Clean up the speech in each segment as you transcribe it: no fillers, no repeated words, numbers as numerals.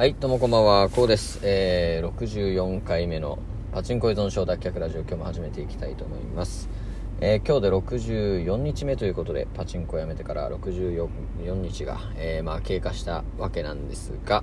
はい、どうもこんばんは、こうです。64回目のパチンコ依存症脱却ラジオ、今日も始めていきたいと思います。今日で64日目ということで、パチンコをやめてから64日が、経過したわけなんですが、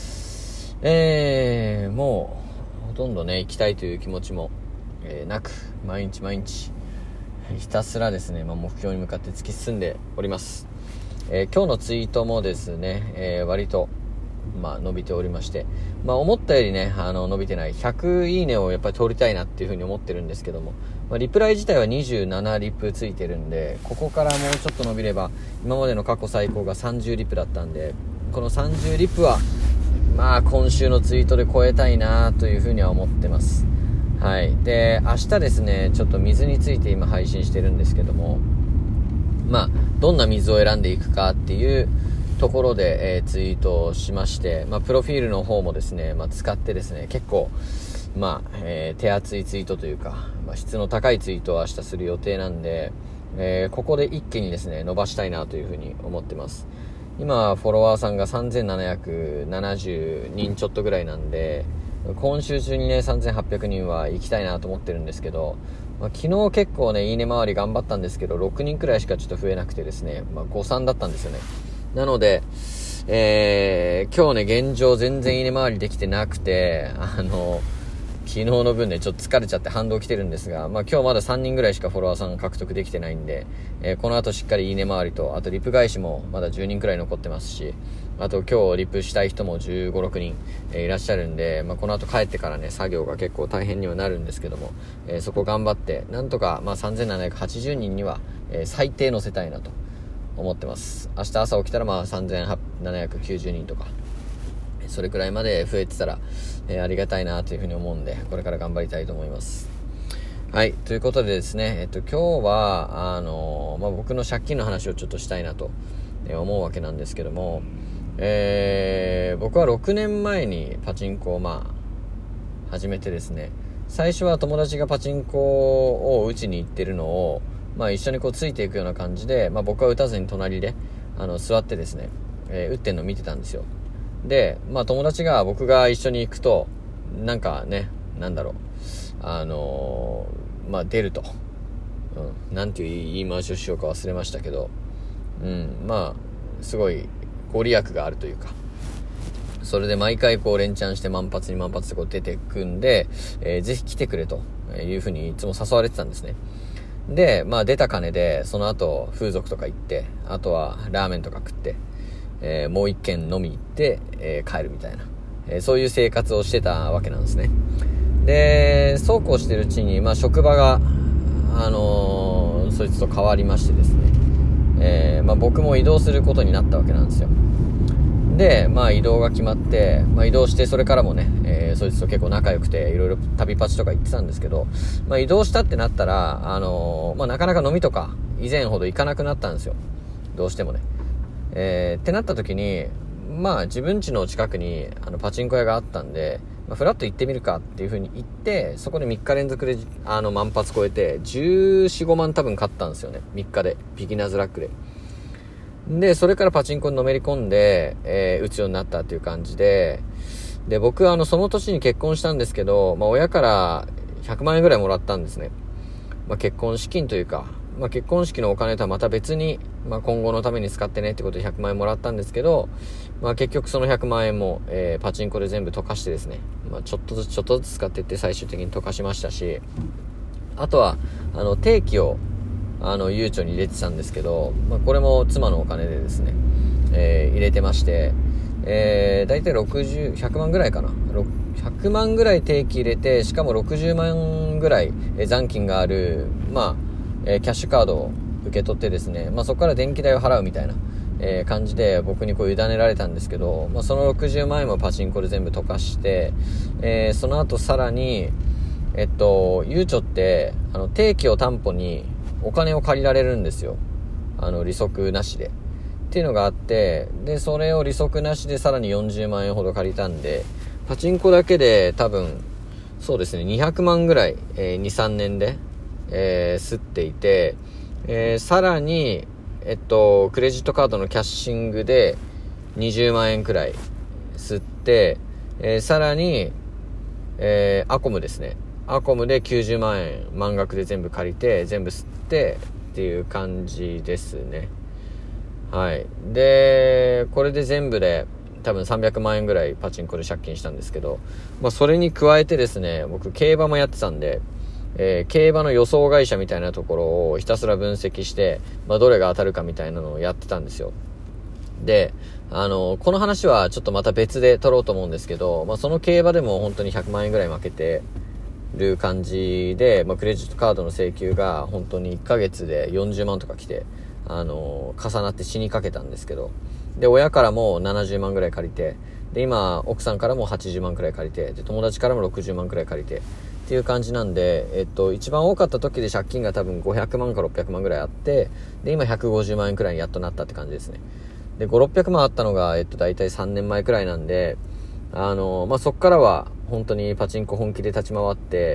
もうほとんどね、行きたいという気持ちも、なく、毎日ひたすらですね、目標に向かって突き進んでおります。今日のツイートもですね、割と伸びておりまして、思ったよりね、伸びてない100いいねをやっぱり取りたいなっていう風に思ってるんですけども、リプライ自体は27リプついてるんで、ここからもうちょっと伸びれば、今までの過去最高が30リプだったんで、この30リプは今週のツイートで超えたいなという風には思ってます。はい。で、明日ですね、ちょっと水について今配信してるんですけども、どんな水を選んでいくかっていうところで、ツイートをしまして、プロフィールの方もですね、使ってですね、結構手厚いツイートというか、質の高いツイートを明日する予定なんで、ここで一気にですね伸ばしたいなというふうに思ってます。今フォロワーさんが3770人ちょっとぐらいなんで、今週中にね3800人は行きたいなと思ってるんですけど、昨日結構ねいいね回り頑張ったんですけど、6人くらいしかちょっと増えなくてですね、誤算だったんですよね。なので、今日ね現状全然いいね回りできてなくて、昨日の分ねちょっと疲れちゃって反動来てるんですが、今日まだ3人ぐらいしかフォロワーさん獲得できてないんで、この後しっかりいいね回りと、あとリプ返しもまだ10人くらい残ってますし、あと今日リプしたい人も15、6人、いらっしゃるんで、この後帰ってからね作業が結構大変にはなるんですけども、そこ頑張ってなんとか3780人には、最低乗せたいなと思ってます。明日朝起きたら3790人とかそれくらいまで増えてたら、ありがたいなというふうに思うんで、これから頑張りたいと思います。はい、ということでですね、今日は僕の借金の話をちょっとしたいなと思うわけなんですけども、僕は6年前にパチンコを始めてですね、最初は友達がパチンコを打ちに行ってるのを一緒についていくような感じで、僕は打たずに隣で座ってですね、打ってんのを見てたんですよ。で、友達が僕が一緒に行くと出ると、なんていう言い回しをしようか忘れましたけど、すごいご利益があるというか、それで毎回連チャンして万発に万発で出てくんで、ぜひ来てくれというふうにいつも誘われてたんですね。で、出た金でその後風俗とか行って、あとはラーメンとか食って、もう一軒飲み行って、帰るみたいな、そういう生活をしてたわけなんですね。で、そうこうしてるうちに、職場がそいつと変わりましてですね、僕も移動することになったわけなんですよ。で、移動が決まって、移動してそれからもね、そいつと結構仲良くていろいろ旅パチとか行ってたんですけど、移動したってなったらなかなか飲みとか以前ほど行かなくなったんですよ、どうしてもね。ってなった時に自分家の近くにパチンコ屋があったんで、フラッと行ってみるかっていう風に行って、そこで3日連続で万発超えて14、15万多分買ったんですよね、3日でビギナーズラックで。でそれからパチンコにのめり込んで、打つようになったっていう感じで、僕はその年に結婚したんですけど、親から100万円ぐらいもらったんですね。結婚資金というか、結婚式のお金とはまた別に、今後のために使ってねってことで100万円もらったんですけど、結局その100万円も、パチンコで全部溶かしてですね、ちょっとずつ使っていって最終的に溶かしましたし、あとは定期をゆうちょに入れてたんですけど、これも妻のお金でですね、入れてまして、だいたい100万ぐらいかな、100万ぐらい定期入れて、しかも60万ぐらい残金があるキャッシュカードを受け取ってですね、そこから電気代を払うみたいな、感じで僕に委ねられたんですけど、その60万円もパチンコで全部溶かして、その後さらにゆうちょって定期を担保にお金を借りられるんですよ、利息なしでっていうのがあって、でそれを利息なしでさらに40万円ほど借りたんで、パチンコだけで多分そうですね200万ぐらい、2、3年で吸っていて、さらにクレジットカードのキャッシングで20万円くらい吸っ 、さらに、アコムですね。アコムで90万円満額で全部借りて全部吸ってっていう感じですね。はい。でこれで全部で多分300万円ぐらいパチンコで借金したんですけど、それに加えてですね、僕競馬もやってたんで、競馬の予想会社みたいなところをひたすら分析して、どれが当たるかみたいなのをやってたんですよ。で、この話はちょっとまた別で取ろうと思うんですけど、その競馬でも本当に100万円ぐらい負けてる感じで、クレジットカードの請求が本当に1ヶ月で40万とか来て、重なって死にかけたんですけど、で親からも70万ぐらい借りて、で今奥さんからも80万くらい借りて、で友達からも60万くらい借りてっていう感じなんで、一番多かった時で借金が多分500万か600万ぐらいあって、で今150万円くらいにやっとなったって感じですね。で5、600万あったのがだいたい3年前くらいなんで、そっからは本当にパチンコ本気で立ち回って、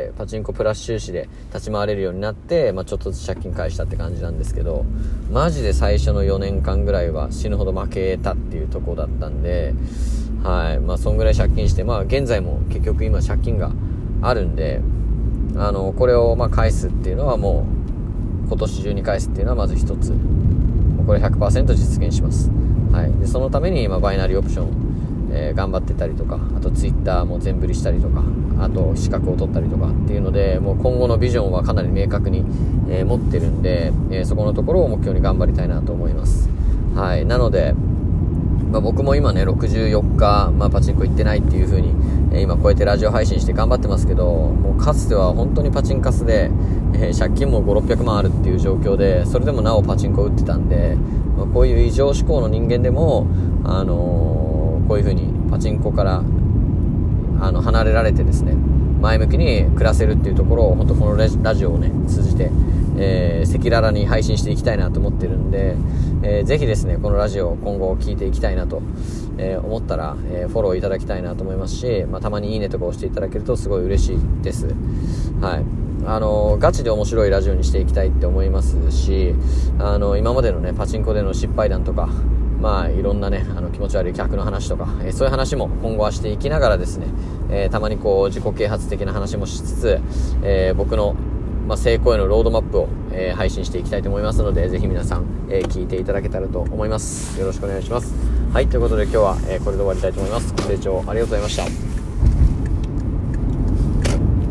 パチンコプラス収支で立ち回れるようになって、ちょっとずつ借金返したって感じなんですけど、マジで最初の4年間ぐらいは死ぬほど負けたっていうところだったんで、はい。そんぐらい借金して、現在も結局今借金があるんで、これを返すっていうのはもう、今年中に返すっていうのはまず一つ。これ 100% 実現します。はい。で、そのために今バイナリーオプション、頑張ってたりとか、あとツイッターも全振りしたりとか、あと資格を取ったりとかっていうので、もう今後のビジョンはかなり明確に、持ってるんで、そこのところを目標に頑張りたいなと思います。はい。なので、僕も今ね64日、パチンコ行ってないっていう風に、今こうやってラジオ配信して頑張ってますけど、もうかつては本当にパチンカスで、借金も5、600万あるっていう状況で、それでもなおパチンコ打ってたんで、こういう異常思考の人間でも、こういう風にパチンコから離れられてですね、前向きに暮らせるっていうところを本当このラジオをね通じて、赤裸々に配信していきたいなと思ってるんで、ぜひですねこのラジオを今後聞いていきたいなと、思ったら、フォローいただきたいなと思いますし、たまにいいねとか押していただけるとすごい嬉しいです。はい。ガチで面白いラジオにしていきたいって思いますし、今までのねパチンコでの失敗談とか、いろんなね気持ち悪い客の話とか、そういう話も今後はしていきながらですね、たまにこう自己啓発的な話もしつつ、僕の成功へのロードマップを、配信していきたいと思いますので、ぜひ皆さん、聞いていただけたらと思います。よろしくお願いします。はい、ということで今日は、これで終わりたいと思います。ご清聴ありがとうございました。